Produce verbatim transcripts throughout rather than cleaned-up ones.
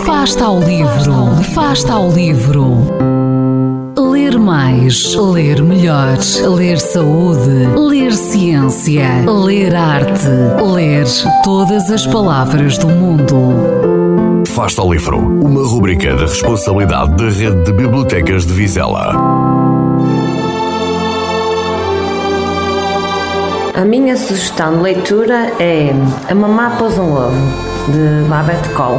Fasta ao livro, Fasta ao livro. Ler mais, ler melhor, ler saúde, ler ciência, ler arte, ler todas as palavras do mundo. Fasta ao livro, uma rubrica da responsabilidade da Rede de Bibliotecas de Vizela. A minha sugestão de leitura é A Mamá Pôs um Ovo, de Babette Cole.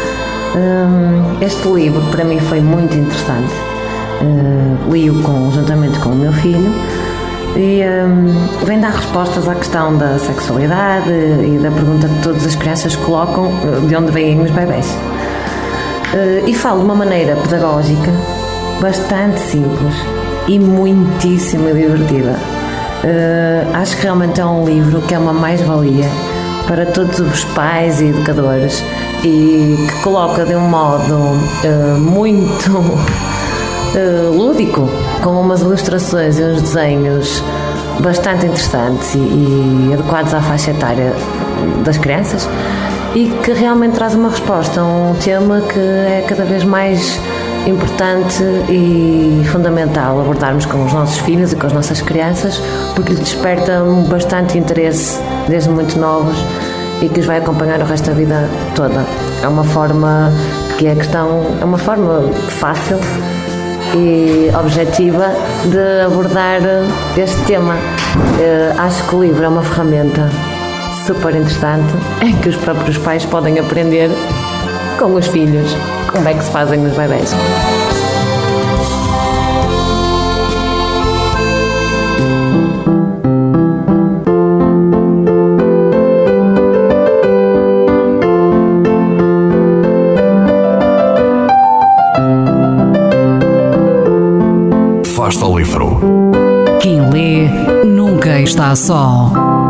Este livro para mim foi muito interessante. Li-o juntamente com o meu filho e um, vem dar respostas à questão da sexualidade e da pergunta que todas as crianças colocam, de onde vêm os bebés. Uh, e falo de uma maneira pedagógica bastante simples e muitíssimo divertida. Uh, acho que realmente é um livro que é uma mais-valia para todos os pais e educadores e que coloca de um modo uh, muito uh, lúdico, com umas ilustrações e uns desenhos bastante interessantes e, e adequados à faixa etária das crianças e que realmente traz uma resposta a um tema que é cada vez mais importante e fundamental abordarmos com os nossos filhos e com as nossas crianças, porque lhes desperta bastante interesse desde muito novos e que os vai acompanhar o resto da vida toda. É uma forma que é questão, é uma forma fácil e objetiva de abordar este tema. Eu acho que o livro é uma ferramenta super interessante em que os próprios pais podem aprender com os filhos como é que se fazem os bebés. Fasta ao livro. Quem lê nunca está só.